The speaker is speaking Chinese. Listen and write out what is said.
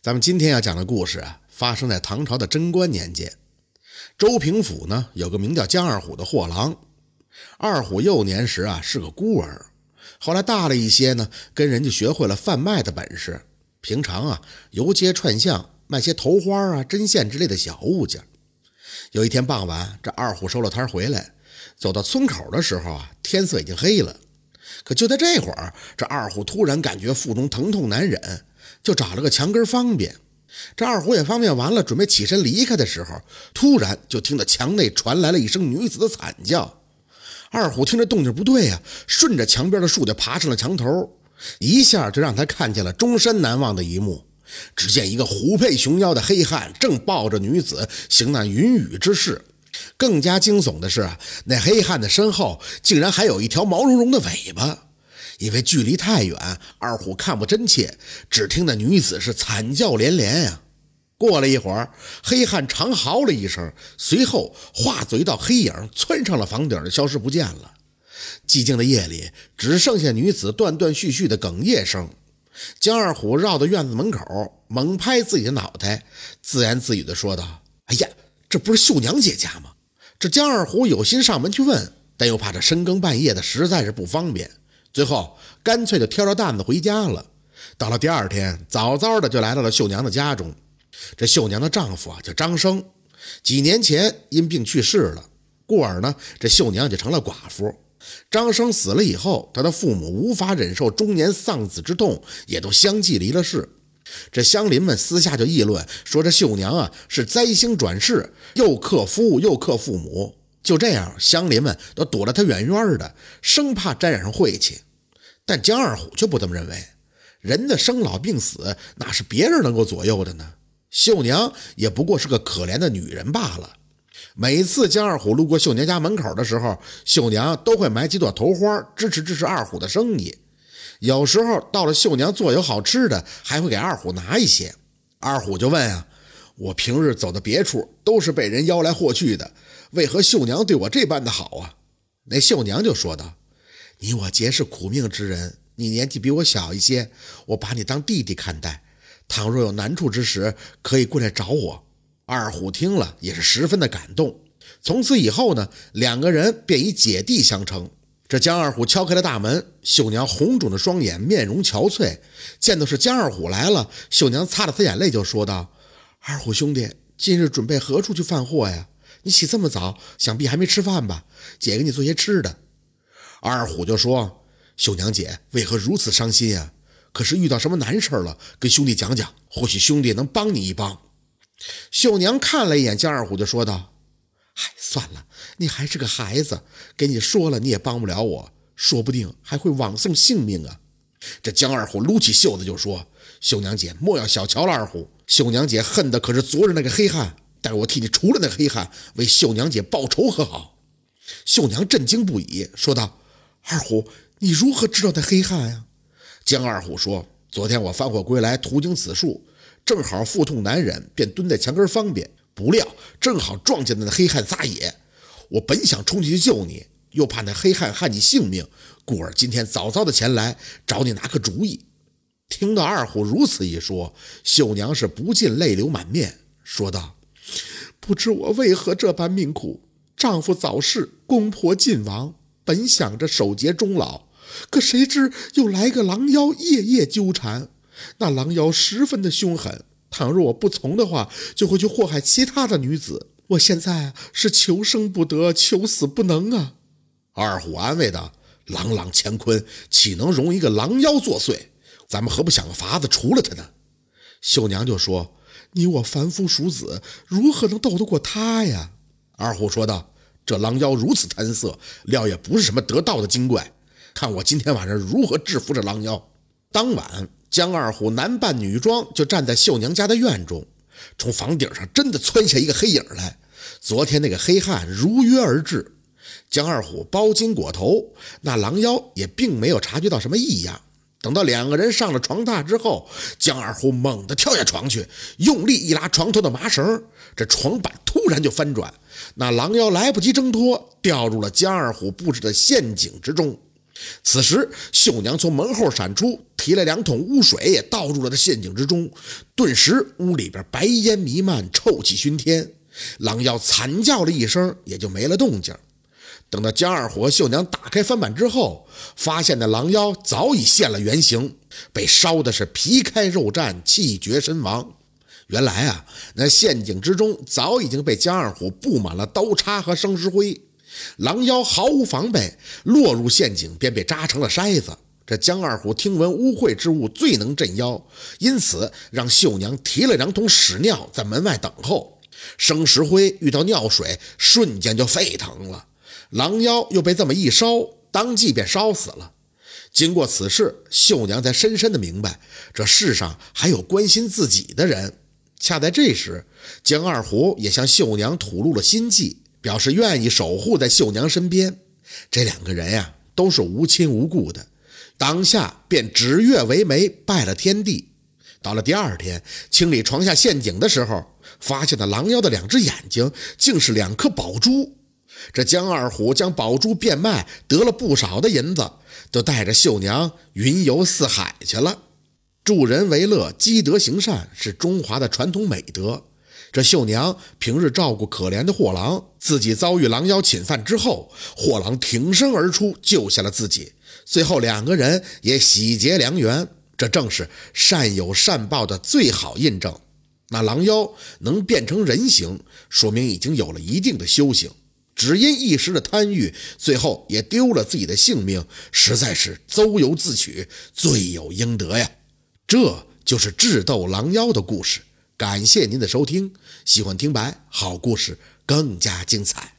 咱们今天要讲的故事发生在唐朝的贞观年间。周平府呢有个名叫江二虎的货郎。二虎幼年时是个孤儿，后来大了一些呢，跟人家学会了贩卖的本事。平常游街串巷，卖些头花针线之类的小物件。有一天傍晚，这二虎收了摊回来，走到村口的时候天色已经黑了。可就在这会儿，这二虎突然感觉腹中疼痛难忍，就找了个墙根方便。这二虎也方便完了，准备起身离开的时候，突然就听到墙内传来了一声女子的惨叫。二虎听着动静不对顺着墙边的树就爬上了墙头，一下就让他看见了终身难忘的一幕。只见一个虎背熊腰的黑汉正抱着女子行那云雨之事。更加惊悚的是，那黑汉的身后竟然还有一条毛茸茸的尾巴。因为距离太远，二虎看不真切，只听那女子是惨叫连连过了一会儿，黑汉长嚎了一声，随后化作一道黑影窜上了房顶，消失不见了。寂静的夜里，只剩下女子断断续续的哽咽声。江二虎绕到院子门口，猛拍自己的脑袋，自言自语地说道：哎呀，这不是秀娘姐家吗？这江二虎有心上门去问，但又怕这深更半夜的实在是不方便，最后干脆就挑着担子回家了。到了第二天，早早的就来到了秀娘的家中。这秀娘的丈夫叫张生，几年前因病去世了，故而呢，这秀娘就成了寡妇。张生死了以后，他的父母无法忍受中年丧子之痛，也都相继离了世。这乡邻们私下就议论说，这秀娘是灾星转世，又克夫又克父母。就这样，乡邻们都躲得他远远的，生怕沾染上晦气。但江二虎却不这么认为，人的生老病死哪是别人能够左右的呢？秀娘也不过是个可怜的女人罢了。每次江二虎路过秀娘家门口的时候，秀娘都会买几朵头花支持二虎的生意。有时候到了秀娘做有好吃的，还会给二虎拿一些。二虎就问我平日走到别处都是被人邀来霍去的，为何秀娘对我这般的好那秀娘就说道：你我皆是苦命之人，你年纪比我小一些，我把你当弟弟看待，倘若有难处之时，可以过来找我。二虎听了也是十分的感动，从此以后呢，两个人便以姐弟相称。这江二虎敲开了大门，秀娘红肿的双眼，面容憔悴，见到是江二虎来了，秀娘擦了擦眼泪就说道：二虎兄弟，今日准备何处去贩货呀？你起这么早，想必还没吃饭吧？姐给你做些吃的。二虎就说：秀娘姐为何如此伤心可是遇到什么难事了，跟兄弟讲讲，或许兄弟能帮你一帮。秀娘看了一眼江二虎就说道：算了，你还是个孩子，给你说了你也帮不了我，说不定还会枉送性命这江二虎撸起袖子就说：秀娘姐莫要小瞧了二虎，秀娘姐恨的可是昨日那个黑汉，待我替你除了那个黑汉，为秀娘姐报仇可好？秀娘震惊不已，说道：二虎，你如何知道那黑汉江二虎说：昨天我翻货归来，途经此处，正好腹痛难忍，便蹲在墙根方便，不料正好撞见那黑汉撒野。我本想冲进去救你，又怕那黑汉害你性命，故而今天早早的前来找你拿个主意。听到二虎如此一说，秀娘是不禁泪流满面，说道：不知我为何这般命苦，丈夫早逝，公婆尽亡，本想着守节终老，可谁知又来个狼妖夜夜纠缠。那狼妖十分的凶狠，倘若我不从的话，就会去祸害其他的女子。我现在是求生不得，求死不能二虎安慰道：朗朗乾坤，岂能容一个狼妖作祟？咱们何不想个法子除了他呢？秀娘就说：你我凡夫俗子，如何能斗得过他呀？二虎说道：这狼妖如此贪色，料也不是什么得道的精怪，看我今天晚上如何制服这狼妖。当晚江二虎男扮女装，就站在秀娘家的院中，从房顶上真的窜下一个黑影来。昨天那个黑汉如约而至，江二虎包巾裹头，那狼妖也并没有察觉到什么异样。等到两个人上了床榻之后，江二虎猛地跳下床去，用力一拉床头的麻绳，这床板突然就翻转，那狼妖来不及挣脱，掉入了江二虎布置的陷阱之中。此时秀娘从门后闪出， 提了2桶污水也倒入了这陷阱之中，顿时屋里边白烟弥漫，臭气熏天。狼妖惨叫了一声，也就没了动静。等到江二虎和秀娘打开翻板之后，发现那狼妖早已现了原形，被烧的是皮开肉绽，气绝身亡。原来啊，那陷阱之中早已经被江二虎布满了刀叉和生石灰，狼妖毫无防备，落入陷阱便被扎成了筛子。这江二虎听闻污秽之物最能镇妖，因此让秀娘提了2桶屎尿在门外等候。生石灰遇到尿水，瞬间就沸腾了。狼妖又被这么一烧，当即便烧死了。经过此事，秀娘才深深的明白，这世上还有关心自己的人。恰在这时，江二虎也向秀娘吐露了心迹，表示愿意守护在秀娘身边。这2个人呀，都是无亲无故的，当下便指月为媒，拜了天地。到了第2天，清理床下陷阱的时候，发现了狼妖的2只眼睛竟是2颗宝珠。这江二虎将宝珠变卖，得了不少的银子，就带着秀娘云游四海去了。助人为乐，积德行善是中华的传统美德。这秀娘平日照顾可怜的货郎，自己遭遇狼妖侵犯之后，货郎挺身而出救下了自己，最后2个人也喜结良缘。这正是善有善报的最好印证。那狼妖能变成人形，说明已经有了一定的修行，只因一时的贪欲，最后也丢了自己的性命，实在是咎由自取，罪有应得呀。这就是智斗狼妖的故事。感谢您的收听，喜欢听白，好故事更加精彩。